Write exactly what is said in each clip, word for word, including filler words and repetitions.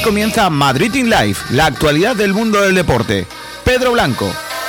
comienza Madrid in Live, la actualidad del mundo del deporte. Pedro Blanco.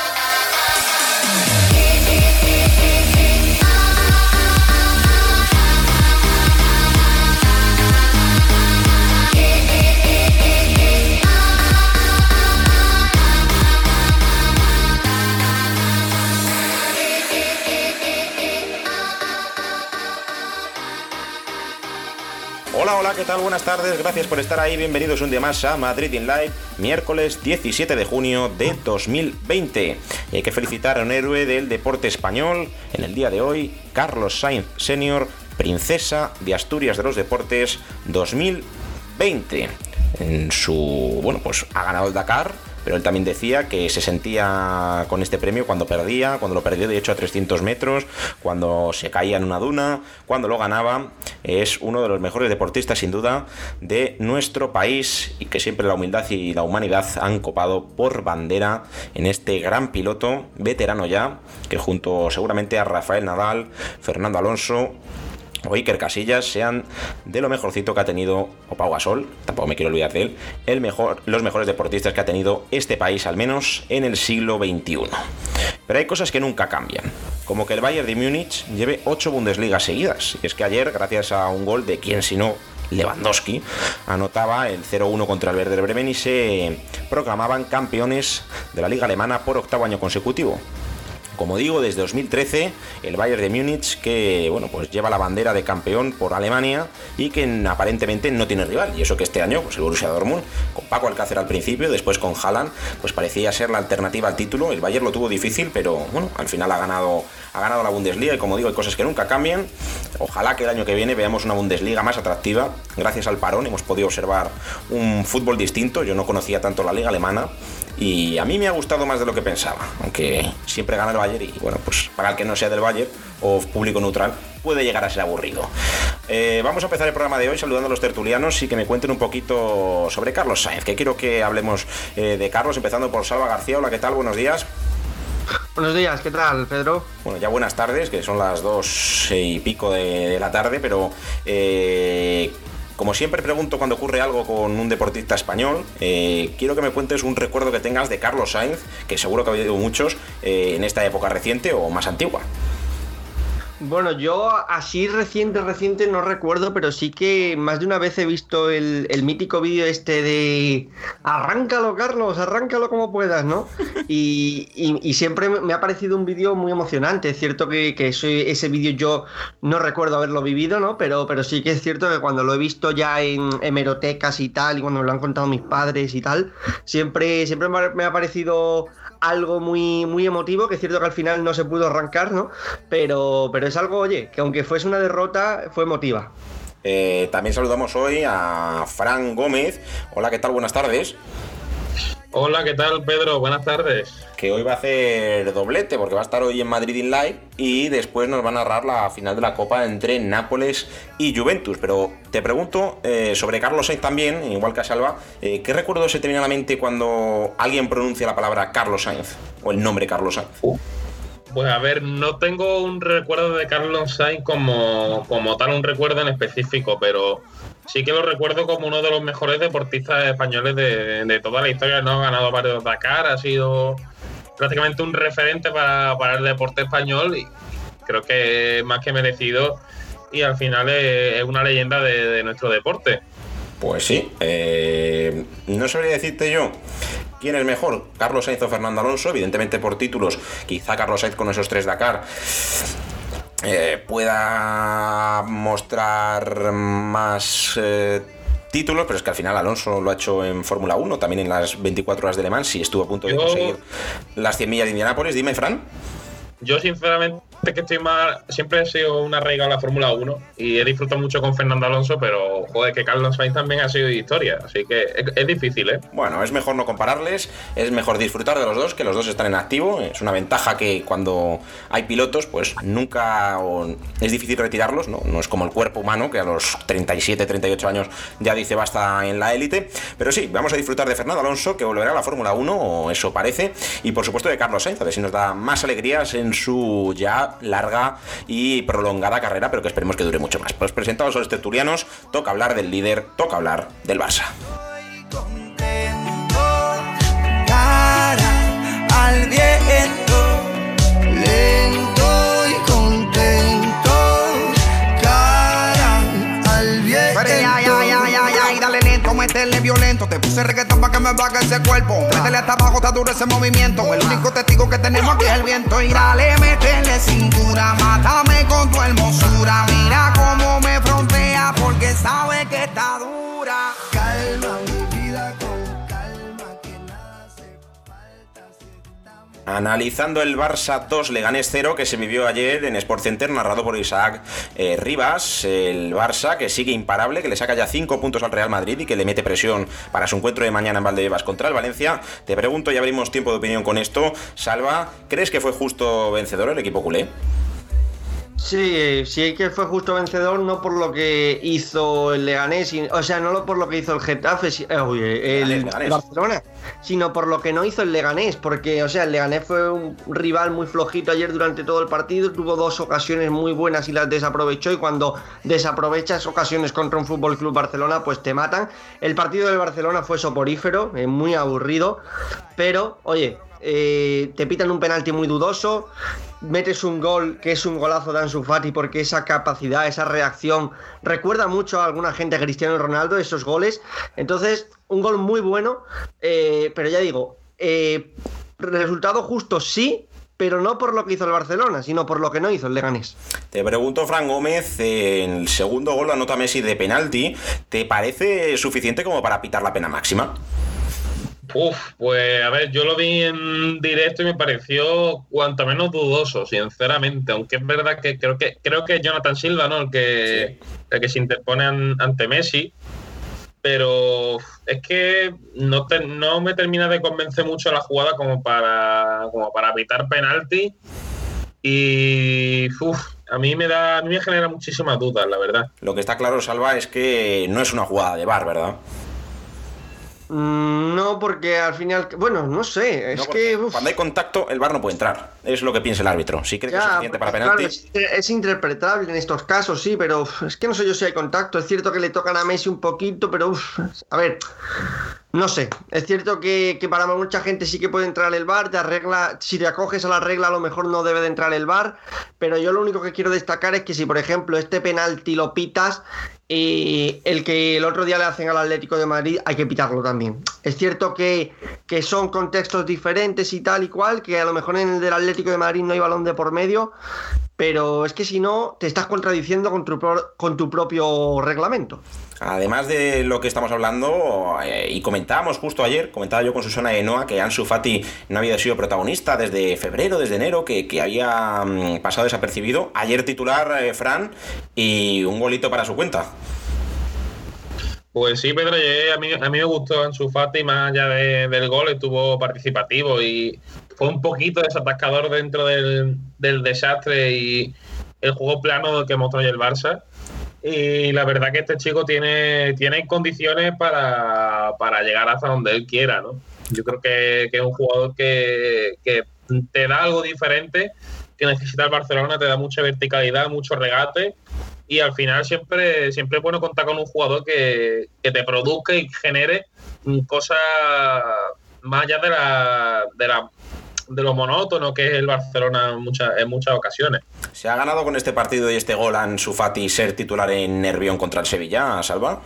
Hola, hola, ¿qué tal? Buenas tardes, gracias por estar ahí, bienvenidos un día más a Madrid in Live, miércoles diecisiete de junio de dos mil veinte. Y hay que felicitar a un héroe del deporte español en el día de hoy, Carlos Sainz senior, princesa de Asturias de los deportes dos mil veinte. En su... bueno, pues ha ganado el Dakar, pero él también decía que se sentía con este premio cuando perdía, cuando lo perdió de hecho a trescientos metros, cuando se caía en una duna, cuando lo ganaba. Es uno de los mejores deportistas sin duda de nuestro país y que siempre la humildad y la humanidad han copado por bandera en este gran piloto, veterano ya, que junto seguramente a Rafael Nadal, Fernando Alonso o Iker Casillas sean de lo mejorcito que ha tenido, o Pau Gasol, tampoco me quiero olvidar de él, el mejor, los mejores deportistas que ha tenido este país, al menos en el siglo veintiuno. Pero hay cosas que nunca cambian, como que el Bayern de Múnich lleve ocho Bundesligas seguidas, y es que ayer, gracias a un gol de quién sino Lewandowski, anotaba el cero uno contra el Werder Bremen y se proclamaban campeones de la liga alemana por octavo año consecutivo. Como digo, desde dos mil trece, el Bayern de Múnich, que bueno, pues lleva la bandera de campeón por Alemania y que aparentemente no tiene rival. Y eso que este año, pues el Borussia Dortmund, con Paco Alcácer al principio, después con Haaland, pues parecía ser la alternativa al título. El Bayern lo tuvo difícil, pero bueno, al final ha ganado, ha ganado la Bundesliga y como digo, hay cosas que nunca cambian. Ojalá que el año que viene veamos una Bundesliga más atractiva. Gracias al parón hemos podido observar un fútbol distinto. Yo no conocía tanto la liga alemana y a mí me ha gustado más de lo que pensaba, aunque siempre gana el Bayern y bueno, pues para el que no sea del Bayern o público neutral puede llegar a ser aburrido. Eh, vamos a empezar el programa de hoy saludando a los tertulianos y que me cuenten un poquito sobre Carlos Sainz, que quiero que hablemos eh, de Carlos, empezando por Salva García. Hola, ¿qué tal? Buenos días. Buenos días, ¿qué tal, Pedro? Bueno, ya buenas tardes, que son las dos y pico de, de la tarde, pero eh, como siempre pregunto cuando ocurre algo con un deportista español, eh, quiero que me cuentes un recuerdo que tengas de Carlos Sainz, que seguro que ha habido muchos eh, en esta época reciente o más antigua. Bueno, yo así reciente, reciente no recuerdo, pero sí que más de una vez he visto el, el mítico vídeo este de arráncalo, Carlos, arráncalo como puedas, ¿no? Y, y, y siempre me ha parecido un vídeo muy emocionante. Es cierto que, que ese, ese vídeo yo no recuerdo haberlo vivido, ¿no? Pero, pero sí que es cierto que cuando lo he visto ya en hemerotecas y tal, y cuando me lo han contado mis padres y tal, siempre, siempre me ha parecido algo muy, muy emotivo, que es cierto que al final no se pudo arrancar, ¿no? Pero, pero es algo, oye, que aunque fuese una derrota, fue emotiva. Eh, también saludamos hoy a Fran Gómez. Hola, ¿qué tal? Buenas tardes. Hola, ¿qué tal, Pedro? Buenas tardes. Que hoy va a hacer doblete porque va a estar hoy en Madrid in Live y después nos va a narrar la final de la Copa entre Nápoles y Juventus. Pero te pregunto eh, sobre Carlos Sainz también, igual que a Salva, eh, ¿qué recuerdo se te viene a la mente cuando alguien pronuncia la palabra Carlos Sainz o el nombre Carlos Sainz? Pues a ver, no tengo un recuerdo de Carlos Sainz como, como tal, un recuerdo en específico, pero sí que lo recuerdo como uno de los mejores deportistas españoles de, de toda la historia, ¿no? Ha ganado varios Dakar, ha sido prácticamente un referente para, para el deporte español y creo que es más que merecido y al final es, es una leyenda de, de nuestro deporte. Pues sí, eh, no sabría decirte yo quién es mejor, Carlos Sainz o Fernando Alonso. Evidentemente por títulos, quizá Carlos Sainz con esos tres Dakar eh, pueda mostrar más eh, títulos, pero es que al final Alonso lo ha hecho en Fórmula uno, también en las veinticuatro horas de Le Mans y estuvo a punto de yo... conseguir las cien millas de Indianápolis. Dime, Fran. Yo sinceramente que estoy más, siempre he sido una arraigado a la Fórmula uno y he disfrutado mucho con Fernando Alonso, pero joder, que Carlos Sainz también ha sido de historia, así que es, es difícil, ¿eh? Bueno, es mejor no compararles, es mejor disfrutar de los dos, que los dos están en activo. Es una ventaja que cuando hay pilotos, pues nunca o es difícil retirarlos, ¿no? No es como el cuerpo humano, que a los treinta y siete, treinta y ocho años ya dice basta en la élite. Pero sí, vamos a disfrutar de Fernando Alonso, que volverá a la Fórmula uno, o eso parece, y por supuesto de Carlos Sainz, a ver si nos da más alegrías en su ya larga y prolongada carrera, pero que esperemos que dure mucho más. Pues presentados a los tertulianos, toca hablar del líder, toca hablar del Barça. viento. Te puse reggaetón pa' que me baje ese cuerpo. Métele hasta abajo, está duro ese movimiento. El único testigo que tenemos aquí es el viento. Y dale, métele cintura, mátame con tu hermosura. Mira cómo me frontea porque sabe que está dura. Calma mi vida con calma que nada hace falta si estamos... Analizando el Barça dos Leganés cero que se vivió ayer en Sport Center, narrado por Isaac eh, Rivas. El Barça que sigue imparable, que le saca ya cinco puntos al Real Madrid y que le mete presión para su encuentro de mañana en Valdebebas contra el Valencia. Te pregunto, ya abrimos tiempo de opinión con esto, Salva, ¿crees que fue justo vencedor el equipo culé? Sí, sí que fue justo vencedor, no por lo que hizo el Leganés, o sea, no por lo que hizo el Getafe, eh, el, el, el Barcelona, sino por lo que no hizo el Leganés, porque, o sea, el Leganés fue un rival muy flojito ayer durante todo el partido, tuvo dos ocasiones muy buenas y las desaprovechó, y cuando desaprovechas ocasiones contra un Fútbol Club Barcelona, pues te matan. El partido del Barcelona fue soporífero, eh, muy aburrido, pero, oye... Eh, te pitan un penalti muy dudoso, metes un gol que es un golazo de Ansu Fati porque esa capacidad, esa reacción recuerda mucho a alguna gente a Cristiano Ronaldo, esos goles. Entonces, un gol muy bueno, eh, pero ya digo, eh, resultado justo sí, pero no por lo que hizo el Barcelona, sino por lo que no hizo el Leganés. Te pregunto, Fran Gómez, en el segundo gol anota Messi de penalti, ¿te parece suficiente como para pitar la pena máxima? Uf, pues a ver, yo lo vi en directo y me pareció cuanto menos dudoso, sinceramente, aunque es verdad que creo que creo que es Jonathan Silva, ¿no? El que, sí. el que se interpone an, ante Messi, pero es que no, te, no me termina de convencer mucho la jugada como para como para evitar penalti y uf, a mí me da a mí me genera muchísimas dudas, la verdad. Lo que está claro, Salva, es que no es una jugada de V A R, ¿verdad? No, porque al final, bueno, no sé, es no, que uf. Cuando hay contacto el V A R no puede entrar, es lo que piensa el árbitro. Si cree que ya, es suficiente para penalti. Claro, es, es interpretable en estos casos, sí, pero uf, es que no sé yo si hay contacto. Es cierto que le tocan a Messi un poquito, pero uf, a ver, no sé. Es cierto que, que para mucha gente sí que puede entrar el V A R, te arregla, si te acoges a la regla a lo mejor no debe de entrar el V A R, pero yo lo único que quiero destacar es que si por ejemplo este penalti lo pitas, y el que el otro día le hacen al Atlético de Madrid hay que pitarlo también. Es cierto que, que son contextos diferentes y tal y cual, que a lo mejor en el del Atlético de Madrid no hay balón de por medio, pero es que si no te estás contradiciendo con tu, con tu propio reglamento. Además de lo que estamos hablando, eh, y comentábamos justo ayer, comentaba yo con Susana Enoa que Ansu Fati no había sido protagonista desde febrero, desde enero, que, que había mm, pasado desapercibido. Ayer titular, eh, Fran, y un golito para su cuenta. Pues sí, Pedro, a mí, a mí me gustó Ansu Fati, más allá de, del gol, estuvo participativo y fue un poquito desatascador dentro del, del desastre y el juego plano que mostró el Barça. Y la verdad que este chico tiene, tiene condiciones para, para llegar hasta donde él quiera, ¿no? Yo creo que, que es un jugador que, que te da algo diferente que necesita el Barcelona, te da mucha verticalidad, mucho regate y al final siempre, siempre es bueno contar con un jugador que, que te produzca y genere cosas más allá de la, de la de lo monótono que es el Barcelona en muchas, en muchas ocasiones. ¿Se ha ganado con este partido y este gol Ansu Fati ser titular en Nervión contra el Sevilla, Salva?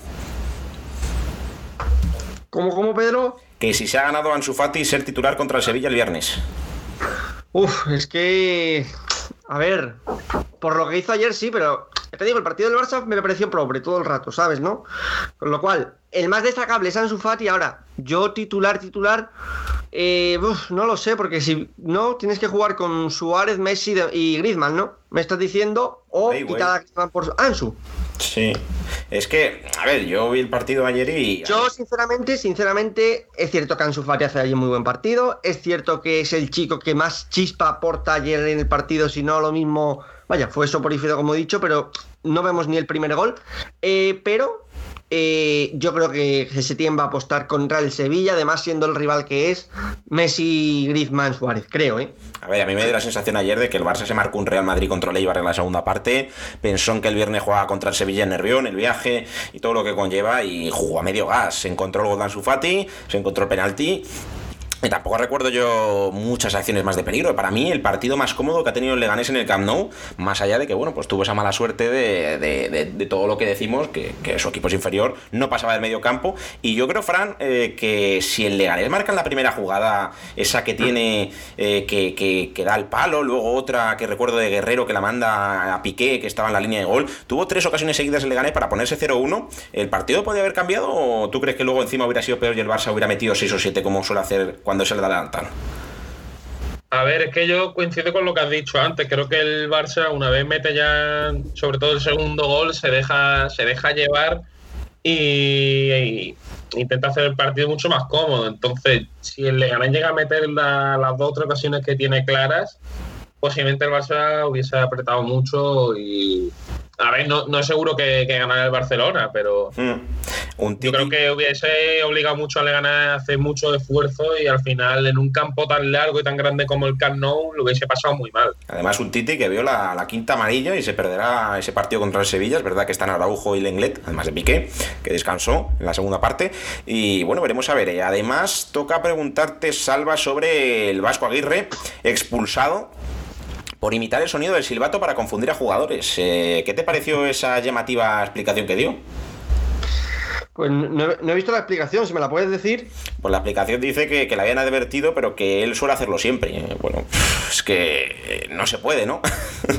¿Cómo, cómo, Pedro? Que si se ha ganado Ansu Fati ser titular contra el Sevilla el viernes. Uf, es que... A ver, por lo que hizo ayer sí, pero... Te digo, el partido del Barça me pareció pobre todo el rato, ¿sabes, no? Con lo cual, el más destacable es Ansu Fati. Ahora, yo titular, titular... Eh, uf, no lo sé, porque si no, tienes que jugar con Suárez, Messi y Griezmann, ¿no? Me estás diciendo, o hey, quitar a Griezmann por Ansu. Sí, es que, a ver, yo vi el partido ayer y... Yo, sinceramente, sinceramente, es cierto que Ansu Fati hace ayer muy buen partido, es cierto que es el chico que más chispa aporta ayer en el partido, si no lo mismo, vaya, fue soporífero como he dicho, pero no vemos ni el primer gol, eh, pero... Eh, yo creo que Setién va a apostar contra el Sevilla, además siendo el rival que es Messi, Griezmann, Suárez, creo, ¿eh? A ver, a mí me dio la sensación ayer de que el Barça se marcó un Real Madrid contra el Eibar en la segunda parte, pensó en que el viernes jugaba contra el Sevilla en Nervión, el viaje y todo lo que conlleva, y jugó a medio gas, se encontró el gol de Ansu Fati, se encontró el penalti Y tampoco recuerdo yo muchas acciones más de peligro. Para mí, el partido más cómodo que ha tenido el Leganés en el Camp Nou, más allá de que, bueno, pues tuvo esa mala suerte de, de, de, de todo lo que decimos, que, que su equipo es inferior, no pasaba del medio campo. Y yo creo, Fran, eh, que si el Leganés marca en la primera jugada, esa que tiene, eh, que, que, que da el palo, luego otra que recuerdo de Guerrero que la manda a Piqué, que estaba en la línea de gol, tuvo tres ocasiones seguidas el Leganés para ponerse cero uno. ¿El partido podría haber cambiado o tú crees que luego encima hubiera sido peor y el Barça hubiera metido seis o siete como suele hacer cuando se le da adelantar? A ver, es que yo coincido con lo que has dicho antes. Creo que el Barça, una vez mete ya, sobre todo el segundo gol, se deja, se deja llevar y, y intenta hacer el partido mucho más cómodo. Entonces, si el Leganés llega a meter la, las dos o tres ocasiones que tiene claras, posiblemente el Barça hubiese apretado mucho y... A ver, no, no es seguro que, que ganara el Barcelona, pero mm. Un yo creo que hubiese obligado mucho a Leganés a hacer mucho esfuerzo y al final en un campo tan largo y tan grande como el Camp Nou lo hubiese pasado muy mal. Además, un Titi que vio la, la quinta amarilla y se perderá ese partido contra el Sevilla. Es verdad que están Araujo y Lenglet, además de Piqué, que descansó en la segunda parte. Y bueno, veremos a ver. Además, toca preguntarte, Salva, sobre el Vasco Aguirre, expulsado por imitar el sonido del silbato para confundir a jugadores. Eh, ¿Qué te pareció esa llamativa explicación que dio? Pues no, no he visto la explicación, ¿si me la puedes decir? Pues la explicación dice que, que la habían advertido, pero que él suele hacerlo siempre. Bueno, es que no se puede, ¿no?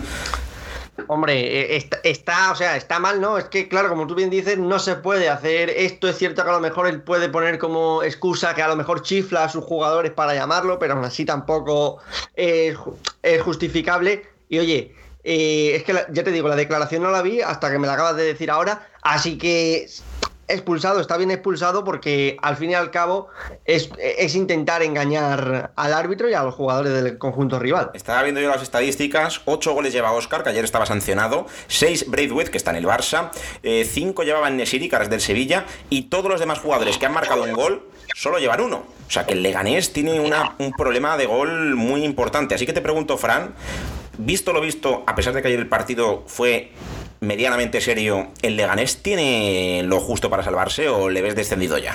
Hombre, está, está, o sea, está mal, ¿no? Es que, claro, como tú bien dices, no se puede hacer esto. Es cierto que a lo mejor él puede poner como excusa que a lo mejor chifla a sus jugadores para llamarlo, pero aún así tampoco es, es justificable. Y oye, eh, es que la, ya te digo, la declaración no la vi hasta que me la acabas de decir ahora, así que... expulsado, está bien expulsado porque al fin y al cabo es, es intentar engañar al árbitro y a los jugadores del conjunto rival. Estaba viendo yo las estadísticas, ocho goles lleva Óscar, que ayer estaba sancionado, seis Braithwaite, que está en el Barça, cinco eh, llevaban Nesiri, que es del Sevilla, y todos los demás jugadores que han marcado un gol solo llevan uno. O sea que el Leganés tiene una, un problema de gol muy importante. Así que te pregunto, Fran, visto lo visto, a pesar de que ayer el partido fue medianamente serio, ¿el Leganés tiene lo justo para salvarse o le ves descendido ya?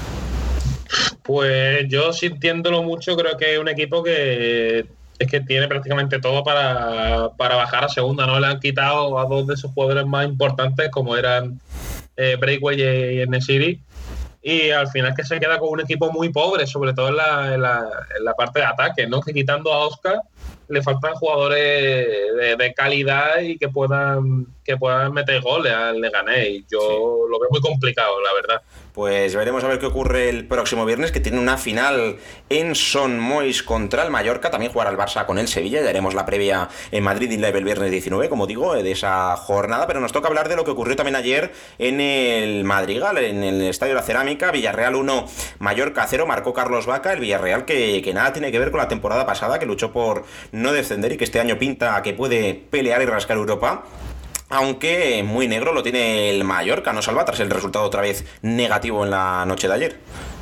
Pues yo, sintiéndolo mucho, creo que es un equipo que es que tiene prácticamente todo para, para bajar a segunda, ¿no? Le han quitado a dos de sus jugadores más importantes, como eran eh, Braithwaite y Enesiri, y al final que se queda con un equipo muy pobre, sobre todo en la, en la, en la parte de ataque, ¿no? Que quitando a Óscar le faltan jugadores de, de calidad y que puedan que puedan meter goles al Leganés. Y yo sí. Lo veo muy complicado, la verdad. Pues veremos a ver qué ocurre el próximo viernes, que tiene una final en Son Moix contra el Mallorca. También jugará el Barça con el Sevilla. Ya haremos la previa en Madrid in Live el viernes diecinueve, como digo, de esa jornada. Pero nos toca hablar de lo que ocurrió también ayer en el Madrigal, en el Estadio de la Cerámica. Villarreal uno, Mallorca cero. Marcó Carlos Vaca. El Villarreal que, que nada tiene que ver con la temporada pasada, que luchó por no descender y que este año pinta a que puede pelear y rascar Europa. Aunque muy negro lo tiene el Mallorca, ¿no, Salva? Tras el resultado otra vez negativo en la noche de ayer.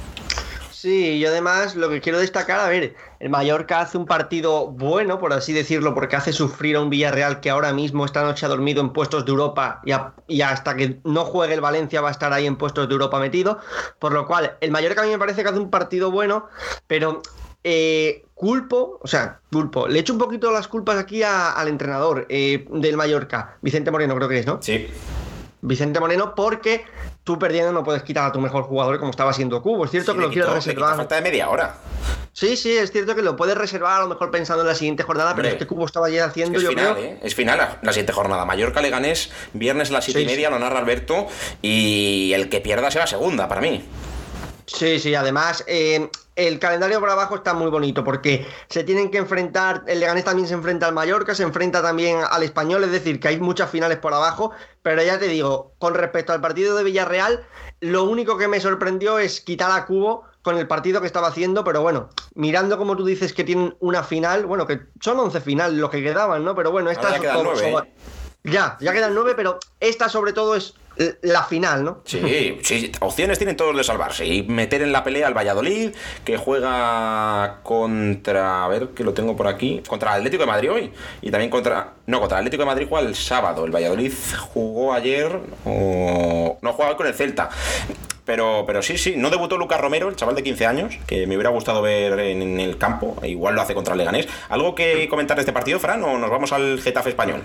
Sí, y además lo que quiero destacar, a ver, el Mallorca hace un partido bueno, por así decirlo, porque hace sufrir a un Villarreal que ahora mismo esta noche ha dormido en puestos de Europa y, a, y hasta que no juegue el Valencia va a estar ahí en puestos de Europa metido, por lo cual el Mallorca a mí me parece que hace un partido bueno, pero... Eh, culpo, o sea, culpo, le echo un poquito las culpas aquí a, al entrenador eh, del Mallorca, Vicente Moreno creo que es, ¿no? Sí. Vicente Moreno, porque tú perdiendo no puedes quitar a tu mejor jugador como estaba siendo Cubo. Es cierto sí, que lo quito, quieres reservar. Falta de media hora. Sí, sí, es cierto que lo puedes reservar a lo mejor pensando en la siguiente jornada, Hombre, pero este Cubo estaba ya haciendo, es yo final, creo. ¿eh? Es final la, la siguiente jornada. Mallorca Leganés, viernes a las siete sí, y media, lo narra Alberto, y el que pierda será segunda para mí. Sí, sí, además eh, el calendario por abajo está muy bonito porque se tienen que enfrentar, el Leganés también se enfrenta al Mallorca, se enfrenta también al Español, es decir, que hay muchas finales por abajo, pero ya te digo, con respecto al partido de Villarreal, lo único que me sorprendió es quitar a Cubo con el partido que estaba haciendo, pero bueno, mirando como tú dices que tienen una final, bueno, que son once finales los que quedaban, ¿no? Pero bueno, estas nueve, ¿eh? Ya, ya quedan nueve, pero esta sobre todo es la final, ¿no? Sí, sí, opciones tienen todos de salvarse y meter en la pelea al Valladolid, que juega contra, a ver, que lo tengo por aquí, contra el Atlético de Madrid hoy, y también contra, no, contra el Atlético de Madrid juega el sábado, el Valladolid jugó ayer, o no, jugaba con el Celta. Pero, pero sí, sí, no debutó Lucas Romero, el chaval de quince años, que me hubiera gustado ver en, en el campo, igual lo hace contra el Leganés. ¿Algo que comentar de este partido, Fran, o nos vamos al Getafe español?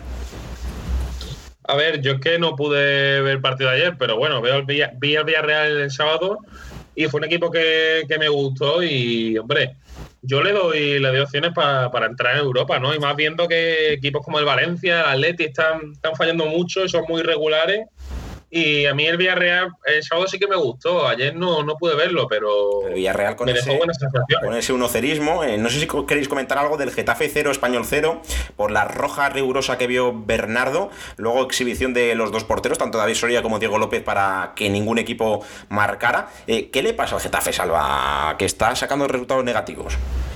A ver, yo es que no pude ver el partido de ayer, pero bueno, veo el Villa, vi el Villarreal el sábado y fue un equipo que, que me gustó y, hombre, yo le doy, le doy opciones pa, para entrar en Europa, ¿no? Y más viendo que equipos como el Valencia, el Atleti están, están fallando mucho y son muy irregulares. Y a mí el Villarreal el sábado sí que me gustó, ayer no, no pude verlo, pero el Villarreal con me ese, dejó buenas sensaciones. Con ese unocerismo, eh, no sé si queréis comentar algo del Getafe cero, Español cero, por la roja rigurosa que vio Bernardo, luego exhibición de los dos porteros, tanto David Soria como Diego López, para que ningún equipo marcara. Eh, ¿Qué le pasa al Getafe, Salva, que está sacando resultados negativos?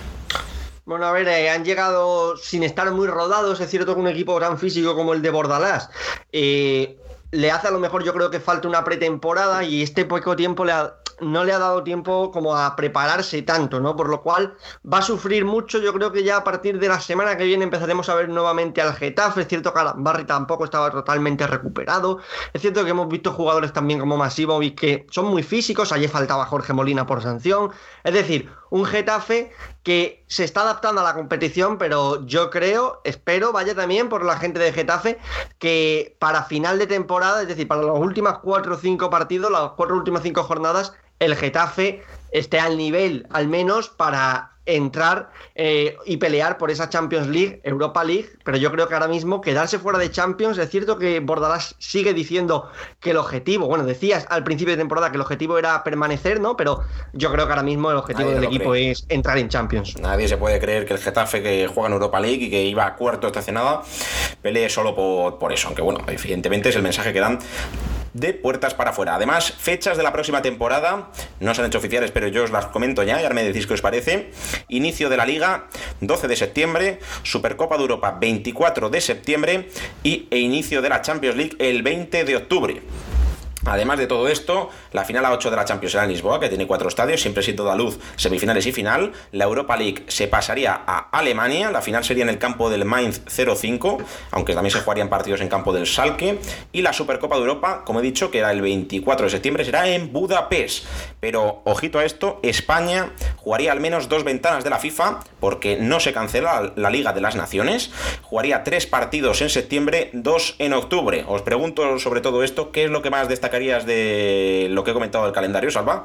Bueno, a ver, eh, han llegado sin estar muy rodados, es cierto que un equipo tan físico como el de Bordalás eh, le hace a lo mejor, yo creo que falta una pretemporada y este poco tiempo le ha, no le ha dado tiempo como a prepararse tanto, ¿no? Por lo cual va a sufrir mucho. Yo creo que ya a partir de la semana que viene empezaremos a ver nuevamente al Getafe. Es cierto que Barry tampoco estaba totalmente recuperado. Es cierto que hemos visto jugadores también como Masimovic que son muy físicos. Ayer faltaba Jorge Molina por sanción. Es decir, un Getafe que se está adaptando a la competición, pero yo creo, espero, vaya también por la gente de Getafe, que para final de temporada, es decir, para las últimas cuatro o cinco partidos, las cuatro últimas cinco jornadas, el Getafe esté al nivel, al menos, para entrar eh, y pelear por esa Champions League, Europa League, pero yo creo que ahora mismo quedarse fuera de Champions, es cierto que Bordalás sigue diciendo que el objetivo, bueno, decías al principio de temporada que el objetivo era permanecer, ¿no? Pero yo creo que ahora mismo el objetivo Nadie del equipo cree. es entrar en Champions. Nadie se puede creer que el Getafe, que juega en Europa League y que iba a cuarto esta nada, pelee solo por, por eso, aunque bueno, evidentemente es el mensaje que dan de puertas para afuera. Además, fechas de la próxima temporada no se han hecho oficiales, pero yo os las comento ya y ahora me decís qué os parece. Inicio de la Liga doce de septiembre, Supercopa de Europa veinticuatro de septiembre y e inicio de la Champions League el veinte de octubre. Además de todo esto, la final a ocho de la Champions será en Lisboa, que tiene cuatro estadios, siempre sin toda luz, semifinales y final. La Europa League se pasaría a Alemania, la final sería en el campo del Mainz cero cinco, aunque también se jugarían partidos en campo del Schalke. Y la Supercopa de Europa, como he dicho, que era el veinticuatro de septiembre, será en Budapest. Pero, ojito a esto, España jugaría al menos dos ventanas de la FIFA, porque no se cancela la Liga de las Naciones. Jugaría tres partidos en septiembre, dos en octubre. Os pregunto sobre todo esto, ¿qué es lo que más destaca de lo que he comentado del calendario, Salva?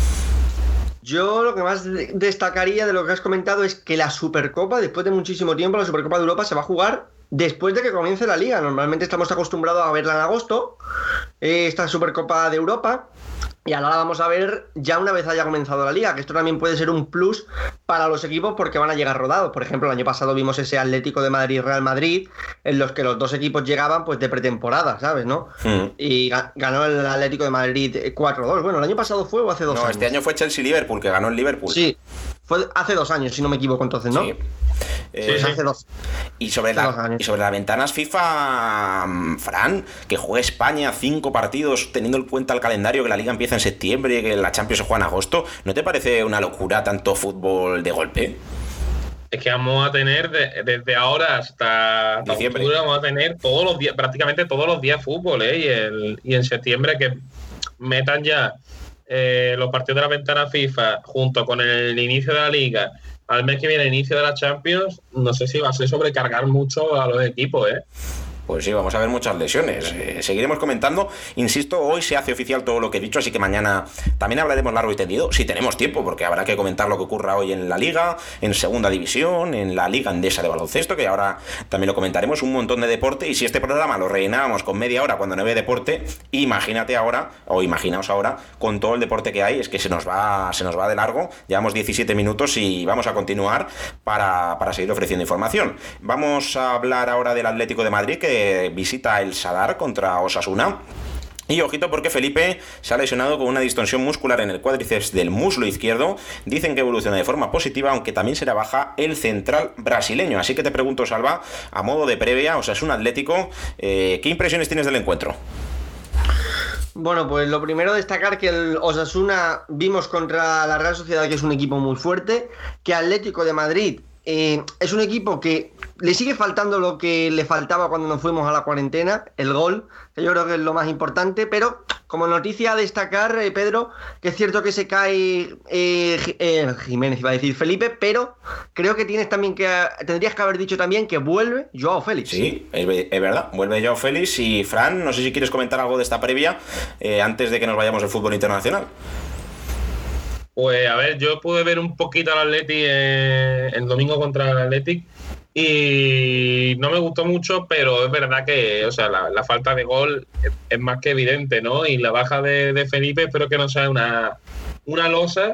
Yo lo que más destacaría de lo que has comentado es que la Supercopa, después de muchísimo tiempo, la Supercopa de Europa se va a jugar después de que comience la Liga. Normalmente estamos acostumbrados a verla en agosto, esta Supercopa de Europa, y ahora la vamos a ver ya una vez haya comenzado la Liga, que esto también puede ser un plus para los equipos porque van a llegar rodados. Por ejemplo, el año pasado vimos ese Atlético de Madrid-Real Madrid, en los que los dos equipos llegaban pues de pretemporada, ¿sabes? ¿no? Mm. Y ganó el Atlético de Madrid cuatro dos. Bueno, ¿el año pasado fue o hace dos no, años? No, este año fue Chelsea-Liverpool, que ganó el Liverpool. Sí, fue hace dos años, si no me equivoco entonces, ¿no? Sí. Eh, sí, hace dos. Y sobre, la, y sobre las ventanas FIFA, Fran, que juegue España cinco partidos teniendo en cuenta el calendario, que la Liga empieza en septiembre, que la Champions se juega en agosto, ¿no te parece una locura tanto fútbol de golpe? Es que vamos a tener de, desde ahora hasta, hasta diciembre, octubre, vamos a tener todos los días, prácticamente todos los días fútbol, ¿eh? Y, el, y en septiembre que metan ya eh, los partidos de la ventana FIFA junto con el inicio de la Liga. Al mes que viene, el inicio de la Champions, no sé si va a ser sobrecargar mucho a los equipos, ¿eh? Pues sí, vamos a ver muchas lesiones. Eh, seguiremos comentando. Insisto, hoy se hace oficial todo lo que he dicho, así que mañana también hablaremos largo y tendido, si tenemos tiempo, porque habrá que comentar lo que ocurra hoy en la Liga, en Segunda División, en la Liga Endesa de baloncesto, que ahora también lo comentaremos, un montón de deporte. Y si este programa lo rellenábamos con media hora cuando no ve deporte, imagínate ahora, o imaginaos ahora, con todo el deporte que hay, es que se nos va, se nos va de largo. Llevamos diecisiete minutos y vamos a continuar para, para seguir ofreciendo información. Vamos a hablar ahora del Atlético de Madrid, que visita el Sadar contra Osasuna. Y ojito porque Felipe se ha lesionado con una distensión muscular en el cuádriceps del muslo izquierdo. Dicen que evoluciona de forma positiva, aunque también será baja el central brasileño. Así que te pregunto, Salva, a modo de previa, o sea, es un Atlético, eh, ¿qué impresiones tienes del encuentro? Bueno, pues lo primero destacar que el Osasuna vimos contra la Real Sociedad, que es un equipo muy fuerte, que Atlético de Madrid eh, es un equipo que le sigue faltando lo que le faltaba cuando nos fuimos a la cuarentena, el gol, que yo creo que es lo más importante, pero como noticia a destacar, eh, Pedro, que es cierto que se cae eh, eh, Jiménez, iba a decir Felipe, pero creo que tienes también que, tendrías que haber dicho también que vuelve Joao Félix. Sí, es, es verdad, vuelve Joao Félix. Y Fran, no sé si quieres comentar algo de esta previa eh, antes de que nos vayamos al fútbol internacional. Pues a ver, yo pude ver un poquito al Atleti eh, el domingo contra el Athletic y no me gustó mucho, pero es verdad que, o sea, la, la falta de gol es, es más que evidente, ¿no? Y la baja de, de Felipe espero que no sea una, una losa,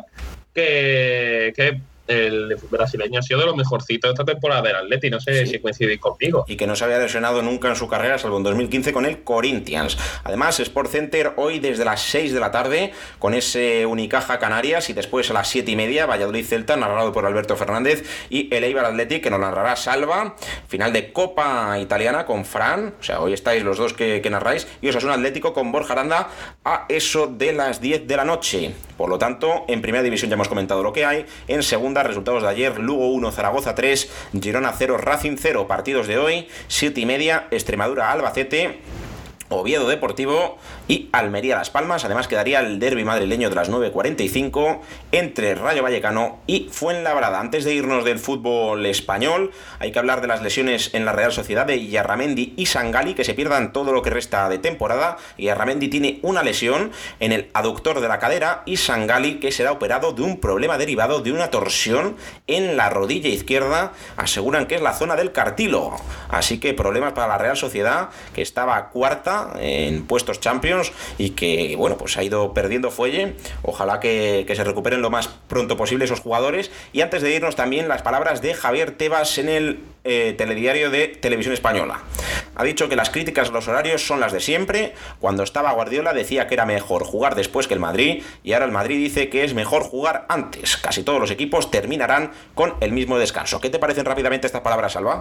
que, que el brasileño ha sido de los mejorcitos de esta temporada del Atleti, no sé sí. si coincidís conmigo. Y que no se había lesionado nunca en su carrera, salvo en dos mil quince con el Corinthians. Además, Sport Center hoy desde las seis de la tarde con ese Unicaja Canarias, y después a las siete y media Valladolid Celta, narrado por Alberto Fernández, y el Eibar Athletic, que nos narrará Salva. Final de Copa Italiana con Fran, o sea, hoy estáis los dos que, que narráis, y Osasuna Atlético con Borja Aranda a eso de las diez de la noche. Por lo tanto, en primera división ya hemos comentado lo que hay. En segunda, resultados de ayer: Lugo uno, Zaragoza tres, Girona cero, Racing cero. Partidos de hoy: siete y media, Extremadura Albacete, Oviedo Deportivo y Almería Las Palmas. Además quedaría el derbi madrileño de las nueve cuarenta y cinco entre Rayo Vallecano y Fuenlabrada. Antes de irnos del fútbol español, hay que hablar de las lesiones en la Real Sociedad de Yarramendi y Sangali, que se pierdan todo lo que resta de temporada. Yarramendi tiene una lesión en el aductor de la cadera y Sangali, que será operado de un problema derivado de una torsión en la rodilla izquierda. Aseguran que es la zona del cartílago. Así que problemas para la Real Sociedad, que estaba cuarta en puestos Champions y que, bueno, pues ha ido perdiendo fuelle. Ojalá que, que se recuperen lo más pronto posible esos jugadores. Y antes de irnos, también las palabras de Javier Tebas en el eh, telediario de Televisión Española. Ha dicho que las críticas a los horarios son las de siempre. Cuando estaba Guardiola decía que era mejor jugar después que el Madrid, y ahora el Madrid dice que es mejor jugar antes. Casi todos los equipos terminarán con el mismo descanso. ¿Qué te parecen rápidamente estas palabras, Salva?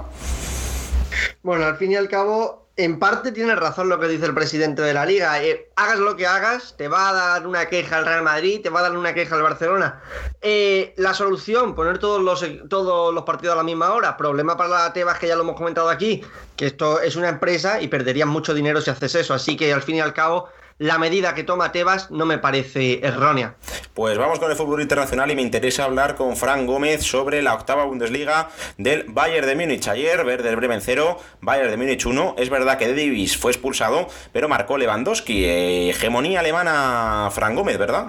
Bueno, al fin y al cabo, en parte tiene razón lo que dice el presidente de la Liga. Eh, hagas lo que hagas, te va a dar una queja al Real Madrid, te va a dar una queja al Barcelona. Eh, la solución, poner todos los, todos los partidos a la misma hora. Problema para la Tebas, que ya lo hemos comentado aquí, que esto es una empresa y perderías mucho dinero si haces eso. Así que al fin y al cabo, la medida que toma Tebas no me parece errónea. Pues vamos con el fútbol internacional y me interesa hablar con Fran Gómez sobre la octava Bundesliga del Bayern de Múnich. Ayer, Werder Bremen cero, Bayern de Múnich uno. Es verdad que Davis fue expulsado, pero marcó Lewandowski. Eh, hegemonía alemana, Fran Gómez, ¿verdad?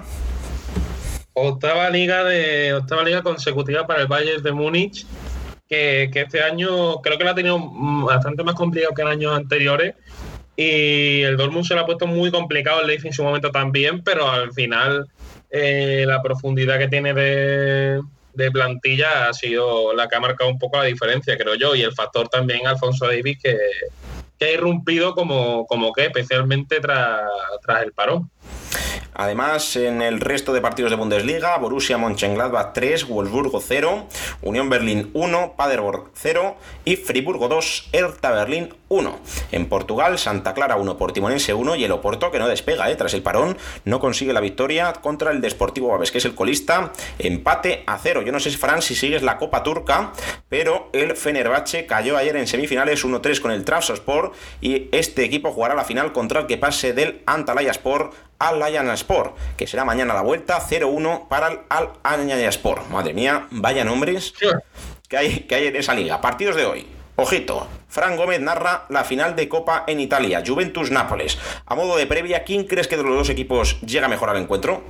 Octava liga de octava liga consecutiva para el Bayern de Múnich, que, que este año creo que la ha tenido bastante más complicado que en años anteriores. Y el Dortmund se lo ha puesto muy complicado, el Leipzig en su momento también, pero al final eh, la profundidad que tiene de, de plantilla ha sido la que ha marcado un poco la diferencia, creo yo, y el factor también Alphonso Davies, que, que ha irrumpido como, como que especialmente tras, tras el parón. Además, en el resto de partidos de Bundesliga, Borussia Mönchengladbach tres, Wolfsburgo cero, Unión Berlín uno, Paderborn cero y Friburgo dos, Hertha Berlín uno. En Portugal, Santa Clara uno, Portimonense uno, y el Oporto, que no despega, ¿eh? Tras el parón, no consigue la victoria contra el Desportivo Aves, que es el colista, empate a cero. Yo no sé, Fran, si sigues la Copa Turca, pero el Fenerbahce cayó ayer en semifinales uno tres con el Trabzonspor, y este equipo jugará la final contra el que pase del Antalyaspor al Al-Nayaspor, que será mañana la vuelta, cero uno para el Al-Nayaspor. Madre mía, vaya nombres que hay, que hay en esa liga. Partidos de hoy. Ojito, Fran Gómez narra la final de Copa en Italia, Juventus-Nápoles. A modo de previa, ¿quién crees que de los dos equipos llega mejor al encuentro?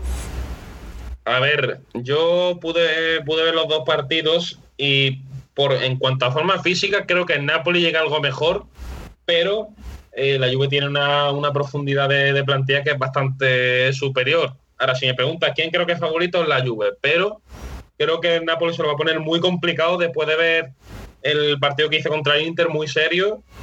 A ver, yo pude, pude ver los dos partidos y por en cuanto a forma física creo que el Napoli llega algo mejor, pero Eh, la Juve tiene una, una profundidad de, de plantilla que es bastante superior. Ahora, si me preguntas quién creo que es favorito, es la Juve, pero creo que el Napoli se lo va a poner muy complicado después de ver el partido que hizo contra el Inter, muy serio,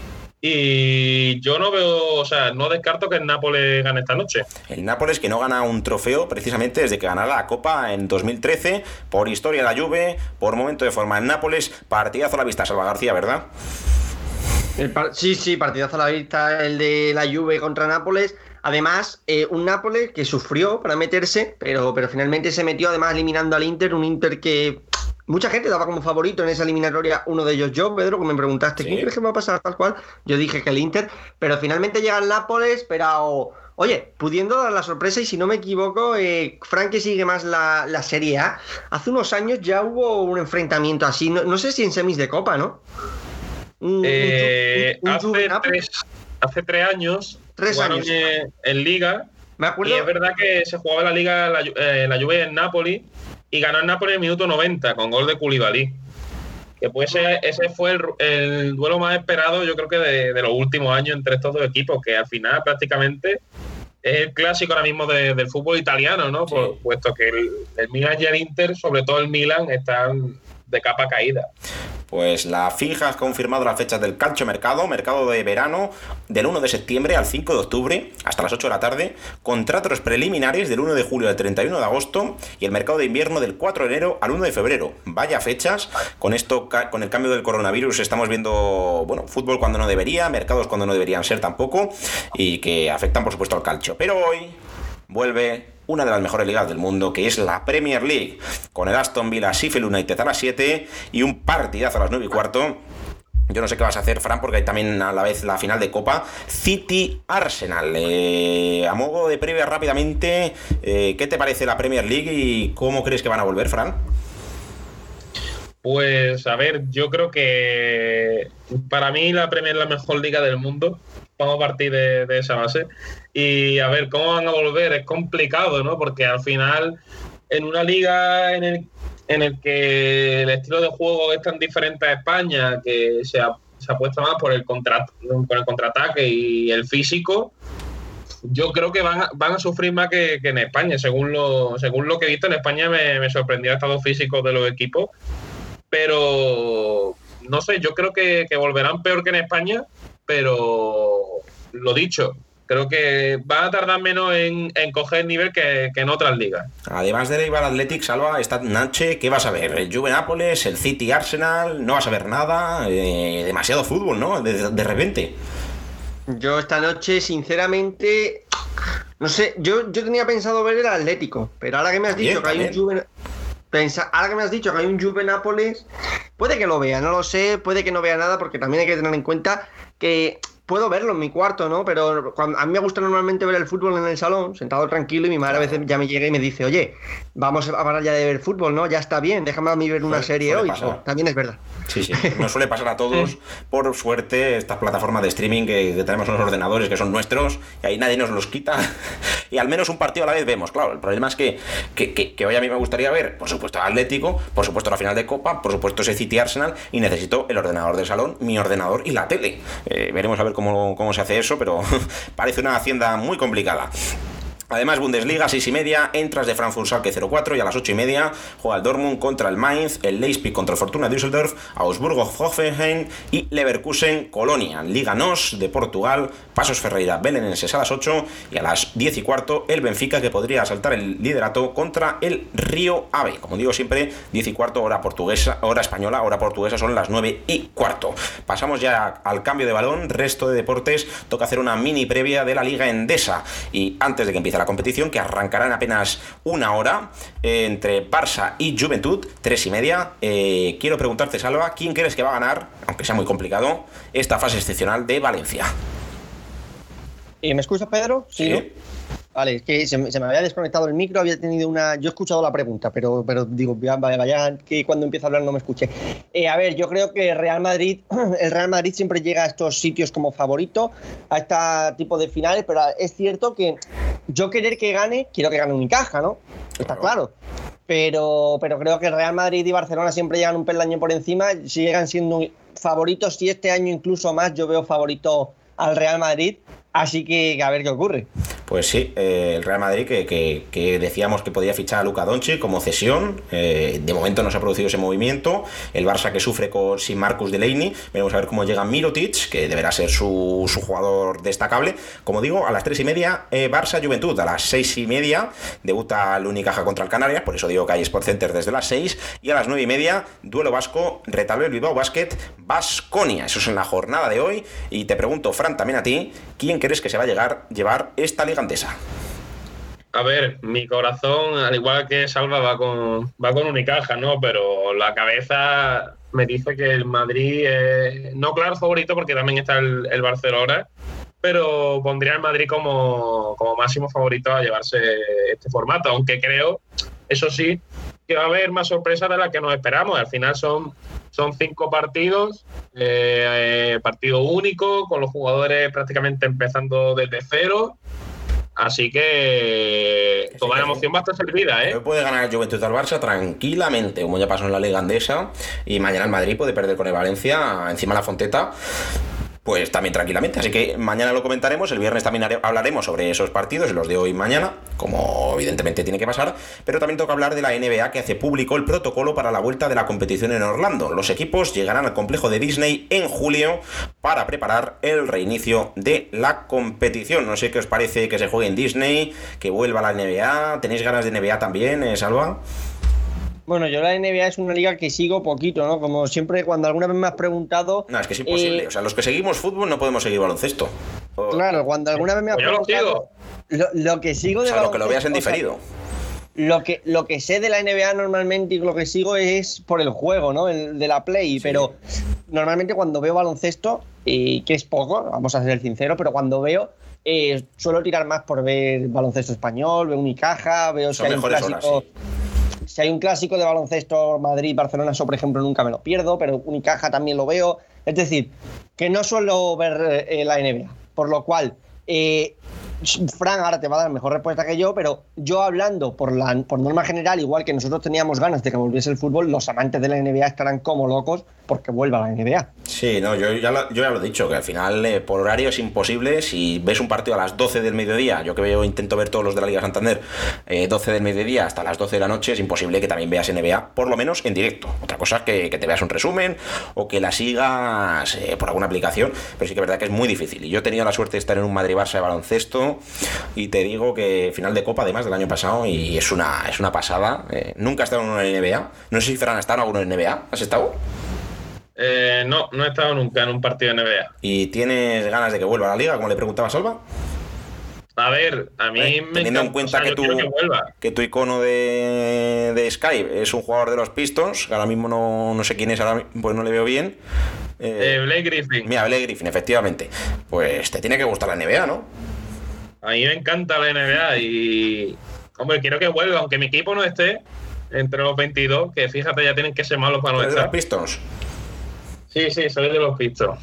Y yo no veo, o sea, no descarto que el Nápoles gane esta noche. El Nápoles que no gana un trofeo precisamente desde que ganara la Copa en dos mil trece, por historia la Juve, por momento de forma en Nápoles, partidazo a la vista, Salva García, ¿verdad? El par- sí, sí, partidazo a la vista el de la Juve contra Nápoles. Además, eh, un Nápoles que sufrió para meterse, pero, pero finalmente se metió, además eliminando al Inter, un Inter que mucha gente daba como favorito en esa eliminatoria, uno de ellos yo, Pedro, que me preguntaste, ¿sí? ¿Quién crees que va a pasar tal cual? Yo dije que el Inter, pero finalmente llega el Nápoles, pero oye, pudiendo dar la sorpresa, y si no me equivoco, eh, Frank, que sigue más la, la Serie A, hace unos años ya hubo un enfrentamiento así, no, no sé si en semis de Copa, ¿no? Un, eh, un, un, un hace, tres, hace tres años tres años en, en Liga. Me acuerdo. Y es verdad que se jugaba la Liga la, eh, la Juve en Nápoles y ganó el Nápoles en el minuto noventa con gol de Koulibaly. Que pues ese, ese fue el, el duelo más esperado, yo creo que de, de los últimos años entre estos dos equipos, que al final prácticamente es el clásico ahora mismo de, del fútbol italiano, ¿no? Sí. Por, puesto que el, el Milan y el Inter, sobre todo el Milan, están de capa caída. Pues la fija ha confirmado las fechas del calciomercado, mercado de verano, del uno de septiembre al cinco de octubre, hasta las ocho de la tarde, contratos preliminares del uno de julio al treinta y uno de agosto y el mercado de invierno del cuatro de enero al uno de febrero. Vaya fechas, con esto, con el cambio del coronavirus estamos viendo, bueno, fútbol cuando no debería, mercados cuando no deberían ser tampoco, y que afectan por supuesto al calcio. Pero hoy vuelve una de las mejores ligas del mundo, que es la Premier League, con el Aston Villa Sheffield United a las siete y un partidazo a las nueve y cuarto. Yo no sé qué vas a hacer, Fran, porque hay también a la vez la final de Copa, City-Arsenal. Eh, a modo de previa rápidamente, eh, ¿qué te parece la Premier League y cómo crees que van a volver, Fran? Pues, a ver, yo creo que para mí la Premier es la mejor liga del mundo. Vamos a partir de, de esa base. Y a ver, ¿cómo van a volver? Es complicado, ¿no? Porque al final, en una liga en el, en el que el estilo de juego es tan diferente a España, que se, se apuesta más por el, contra, por el contraataque y el físico, yo creo que van a, van a sufrir más que, que en España. Según lo, según lo que he visto, en España me, me sorprendió el estado físico de los equipos. Pero, no sé, yo creo que, que volverán peor que en España. Pero lo dicho, creo que van a tardar menos en, en coger nivel que, que en otras ligas. Además del Eibar Athletic, Salva, esta noche, ¿qué vas a ver? El Juve Nápoles, el City Arsenal, no vas a ver nada, eh, demasiado fútbol, ¿no? De, de repente. Yo esta noche, sinceramente, no sé, yo, yo tenía pensado ver el Atlético, pero ahora que me has dicho bien, que hay un Juve... Pensa, ahora que me has dicho que hay un Juve Nápoles, puede que lo vea, no lo sé, puede que no vea nada, porque también hay que tener en cuenta que puedo verlo en mi cuarto, ¿no? Pero cuando, a mí me gusta normalmente ver el fútbol en el salón, sentado tranquilo, y mi madre a veces ya me llega y me dice, oye, vamos a parar ya de ver fútbol, ¿no? Ya está bien, déjame a mí ver una suele, serie suele hoy. Oh, también es verdad. Sí, sí, nos suele pasar a todos. Por suerte, estas plataformas de streaming que, que tenemos en los ordenadores, que son nuestros, y ahí nadie nos los quita. Y al menos un partido a la vez vemos. Claro, el problema es que, que, que, que hoy a mí me gustaría ver, por supuesto, Atlético, por supuesto, la final de Copa, por supuesto, ese City Arsenal, y necesito el ordenador del salón, mi ordenador y la tele. Eh, veremos a ver cómo, cómo se hace eso, pero parece una hacienda muy complicada. Además, Bundesliga, seis y media, Eintracht de Frankfurt Schalke cero cuatro, y a las ocho y media juega el Dortmund contra el Mainz, el Leipzig contra el Fortuna Düsseldorf, Augsburgo Hoffenheim y Leverkusen Colonia. Liga N O S de Portugal, Pasos Ferreira Belenenses a las ocho, y a las diez y cuarto el Benfica, que podría asaltar el liderato contra el Río Ave. Como digo siempre, diez y cuarto hora portuguesa, hora española, hora portuguesa son las nueve y cuarto. Pasamos ya al cambio de balón, resto de deportes, toca hacer una mini previa de la Liga Endesa, y antes de que empiece la competición, que arrancará en apenas una hora, eh, entre Barça y Juventud, tres y media. Eh, quiero preguntarte, Salva, ¿quién crees que va a ganar, aunque sea muy complicado, esta fase excepcional de Valencia? ¿Y me escuchas, Pedro? Sí. ¿No? Vale, es que se me, se me había desconectado el micro, había tenido una... Yo he escuchado la pregunta, pero, pero digo, vaya, vaya, que cuando empieza a hablar no me escuche. Eh, a ver, yo creo que Real Madrid, el Real Madrid siempre llega a estos sitios como favorito, a este tipo de finales, pero es cierto que yo querer que gane, quiero que gane Unicaja, ¿no? Está claro. Pero, pero creo que Real Madrid y Barcelona siempre llegan un peldaño por encima, siguen siendo favoritos, y este año incluso más yo veo favorito al Real Madrid. Así que a ver qué ocurre. Pues sí, eh, el Real Madrid que, que, que decíamos que podía fichar a Luka Doncic como cesión, eh, de momento no se ha producido ese movimiento. El Barça que sufre con sin Marcus Delaney, veremos a ver cómo llega Mirotic, que deberá ser su, su jugador destacable. Como digo, a las tres y media eh, Barça-Juventud, a las seis y media debuta el Unicaja contra el Canarias, por eso digo que hay Sport Center desde las seis, y a las nueve y media duelo vasco, Retalbel Bilbao Basket, Baskonia. Eso es en la jornada de hoy, y te pregunto, Fran, también a ti, ¿quién crees que se va a llegar, llevar esta liga andesa? A ver, mi corazón, al igual que Salva, va con, va con Unicaja, ¿no? Pero la cabeza me dice que el Madrid es, no claro favorito, porque también está el, el Barcelona, pero pondría al Madrid como, como máximo favorito a llevarse este formato, aunque creo, eso sí, que va a haber más sorpresas de las que nos esperamos. Al final son, son cinco partidos, eh, eh, partido único, con los jugadores prácticamente empezando desde cero. Así que sí, toda la emoción va a estar servida, ¿eh? Hoy puede ganar el Juventud al Barça tranquilamente, como ya pasó en la Liga Andesa, y mañana el Madrid puede perder con el Valencia encima de la Fonteta, pues también tranquilamente. Así que mañana lo comentaremos, el viernes también hablaremos sobre esos partidos, los de hoy y mañana, como evidentemente tiene que pasar, pero también toca hablar de la N B A, que hace público el protocolo para la vuelta de la competición en Orlando. Los equipos llegarán al complejo de Disney en julio para preparar el reinicio de la competición. No sé qué os parece que se juegue en Disney, que vuelva la N B A. ¿Tenéis ganas de N B A también, eh, Salva? Bueno, yo la N B A es una liga que sigo poquito, ¿no? Como siempre, cuando alguna vez me has preguntado... No, es que es imposible. Eh, o sea, los que seguimos fútbol no podemos seguir baloncesto. O... Claro, cuando alguna vez me has pues preguntado... Yo lo, lo que sigo de o sea, lo que lo veas en diferido. O sea, lo, que, lo que sé de la N B A normalmente y lo que sigo es por el juego, ¿no? El de la Play, sí. Pero normalmente cuando veo baloncesto, eh, que es poco, vamos a ser sinceros, pero cuando veo... Eh, suelo tirar más por ver baloncesto español, veo Unicaja, veo Son si hay un clásico... Horas, sí. Si hay un clásico de baloncesto Madrid-Barcelona, eso por ejemplo nunca me lo pierdo, pero Unicaja también lo veo. Es decir, que no suelo ver eh, la N B A, por lo cual eh, Fran ahora te va a dar mejor respuesta que yo, pero yo hablando por, la, por norma general, igual que nosotros teníamos ganas de que volviese el fútbol, los amantes de la N B A estarán como locos porque vuelva la N B A. Sí, no, yo ya lo, yo ya lo he dicho, que al final eh, por horario es imposible. Si ves un partido a las doce del mediodía, yo que veo, intento ver todos los de la Liga Santander, eh, doce del mediodía hasta las doce de la noche, es imposible que también veas N B A, por lo menos en directo. Otra cosa es que, que te veas un resumen o que la sigas eh, por alguna aplicación, pero sí que es verdad que es muy difícil. Y yo he tenido la suerte de estar en un Madrid-Barça de baloncesto y te digo que final de Copa además del año pasado y es una, es una pasada. Eh, nunca he estado en una N B A. No sé si Fran ha estado en alguna N B A. ¿Has estado? Eh, no, no he estado nunca en un partido de N B A. ¿Y tienes ganas de que vuelva a la liga, como le preguntaba Salva? A ver, a mí eh, me teniendo encanta, en cuenta o sea, que, tu, que, que tu icono de, de Skype es un jugador de los Pistons, que ahora mismo no, no sé quién es, ahora pues no le veo bien. Eh, eh, Blake Griffin. Mira, Blake Griffin, efectivamente. Pues te tiene que gustar la N B A, ¿no? A mí me encanta la N B A y... Hombre, quiero que vuelva, aunque mi equipo no esté entre los veintidós, que fíjate, ya tienen que ser malos para no estar. ¿De los Pistons? Sí, sí, soy de los Pistons.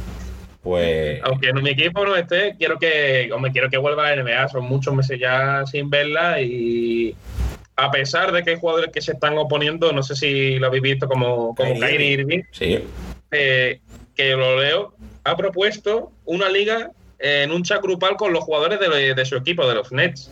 Pues... Aunque en mi equipo no esté, quiero que, hombre, quiero que vuelva a la N B A. Son muchos meses ya sin verla y a pesar de que hay jugadores que se están oponiendo, no sé si lo habéis visto como, como Kyrie, Kyrie Irving, sí. eh, que lo leo, ha propuesto una liga en un chat grupal con los jugadores de, de su equipo, de los Nets.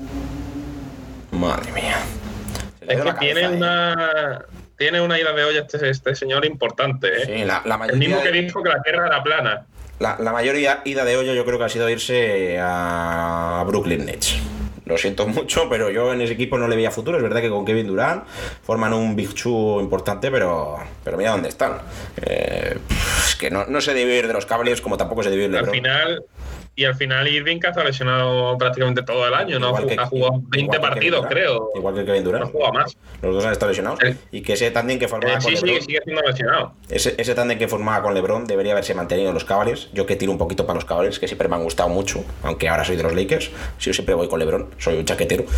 Madre mía. Es que tiene cabeza, una... Eh. Tiene una ida de olla este, este señor importante, ¿eh? Sí, la, la el mismo de... que dijo que la Tierra era plana. La, la mayor ida, ida de olla yo creo que ha sido irse a Brooklyn Nets. Lo siento mucho, pero yo en ese equipo no le veía futuro. Es verdad que con Kevin Durant forman un Big Two importante, pero, pero mira dónde están. Eh, es que no, no se debe ir de los Cavaliers como tampoco se debe ir de LeBron. Al final... Y al final Irving, que ha estado lesionado prácticamente todo el año, ¿no? Que, ha jugado veinte partidos, Durant, creo. Igual que Kevin Durant. No ha jugado más. Los dos han estado lesionados. ¿Eh? Y que ese tándem que formaba eh, sí, con LeBron... Sí, sigue siendo lesionado. Ese, ese tándem que formaba con LeBron debería haberse mantenido en los Cavaliers. Yo que tiro un poquito para los Cavaliers, que siempre me han gustado mucho, aunque ahora soy de los Lakers. Yo siempre voy con LeBron, soy un chaquetero.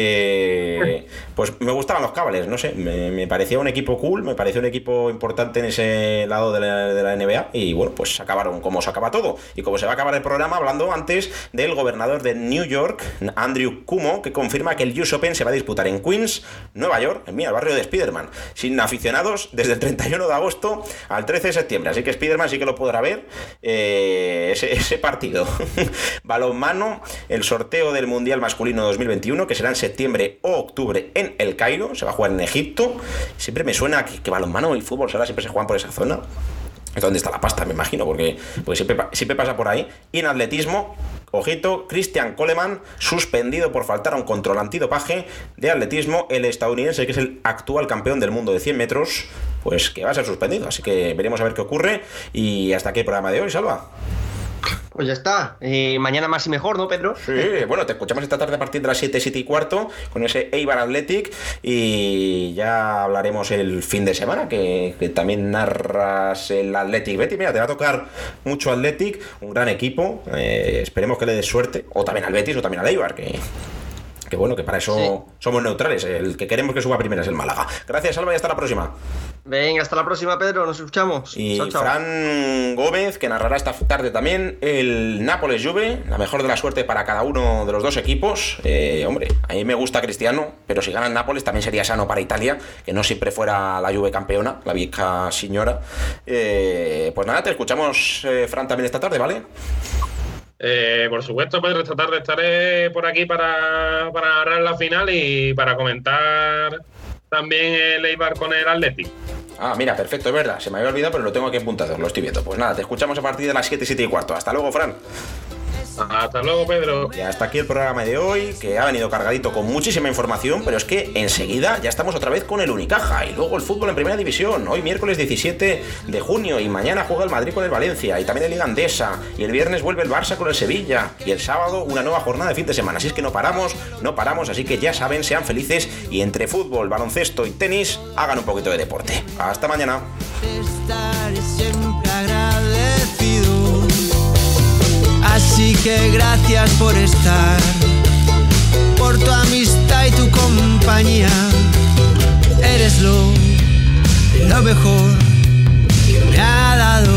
Eh, pues me gustaban los Cavaliers, no sé. Me, me parecía un equipo cool, me parecía un equipo importante en ese lado de la, de la N B A. Y bueno, pues acabaron como se acaba todo. Y como se va a acabar el programa, hablando antes del gobernador de New York, Andrew Cuomo, que confirma que el U S Open se va a disputar en Queens, Nueva York, en mira, el barrio de Spiderman, sin aficionados desde el treinta y uno de agosto al trece de septiembre. Así que Spiderman sí que lo podrá ver, eh, ese, ese partido. Balonmano, el sorteo del Mundial Masculino dos mil veintiuno, que será en septiembre o octubre en El Cairo, se va a jugar en Egipto. Siempre me suena que, que balonmano y fútbol sala siempre se juegan por esa zona. Es donde está la pasta, me imagino, porque, porque siempre, siempre pasa por ahí. Y en atletismo, ojito, Christian Coleman, suspendido por faltar a un control antidopaje de atletismo. El estadounidense, que es el actual campeón del mundo de cien metros, pues que va a ser suspendido. Así que veremos a ver qué ocurre. Y hasta aquí el programa de hoy, Salva. Pues ya está. Eh, mañana más y mejor, ¿no, Pedro? Sí, bueno, te escuchamos esta tarde a partir de las siete, siete y cuarto con ese Eibar Athletic y ya hablaremos el fin de semana, que, que también narras el Athletic Betis. Mira, te va a tocar mucho Athletic, un gran equipo. Eh, esperemos que le des suerte, o también al Betis o también al Eibar, que... Que bueno, que para eso sí. Somos neutrales. El que queremos que suba primero es el Málaga. Gracias, Alba, y hasta la próxima. Venga, hasta la próxima, Pedro. Nos escuchamos. Y chao, chao. Fran Gómez, que narrará esta tarde también el Nápoles Juve. La mejor de la suerte para cada uno de los dos equipos. Eh, hombre, a mí me gusta Cristiano, pero si gana el Nápoles también sería sano para Italia, que no siempre fuera la Juve campeona, la vieja señora. Eh, pues nada, te escuchamos, eh, Fran, también esta tarde, ¿vale? Eh, por supuesto, Pedro, esta tarde estaré por aquí para, para narrar la final y para comentar también el Eibar con el Athletic. Ah, mira, perfecto, es verdad, se me había olvidado, pero lo tengo aquí apuntado, lo estoy viendo. Pues nada, te escuchamos a partir de las siete, siete y cuarto. Hasta luego, Fran. Hasta luego, Pedro. Y hasta aquí el programa de hoy, que ha venido cargadito con muchísima información, pero es que enseguida ya estamos otra vez con el Unicaja y luego el fútbol en Primera División. Hoy miércoles diecisiete de junio y mañana juega el Madrid con el Valencia y también el Liga Andesa, y el viernes vuelve el Barça con el Sevilla y el sábado una nueva jornada de fin de semana. Así es que no paramos, no paramos, así que ya saben, sean felices y entre fútbol, baloncesto y tenis hagan un poquito de deporte. Hasta mañana. Estaré siempre agradecido. Así que gracias por estar, por tu amistad y tu compañía. Eres lo, lo mejor que me ha dado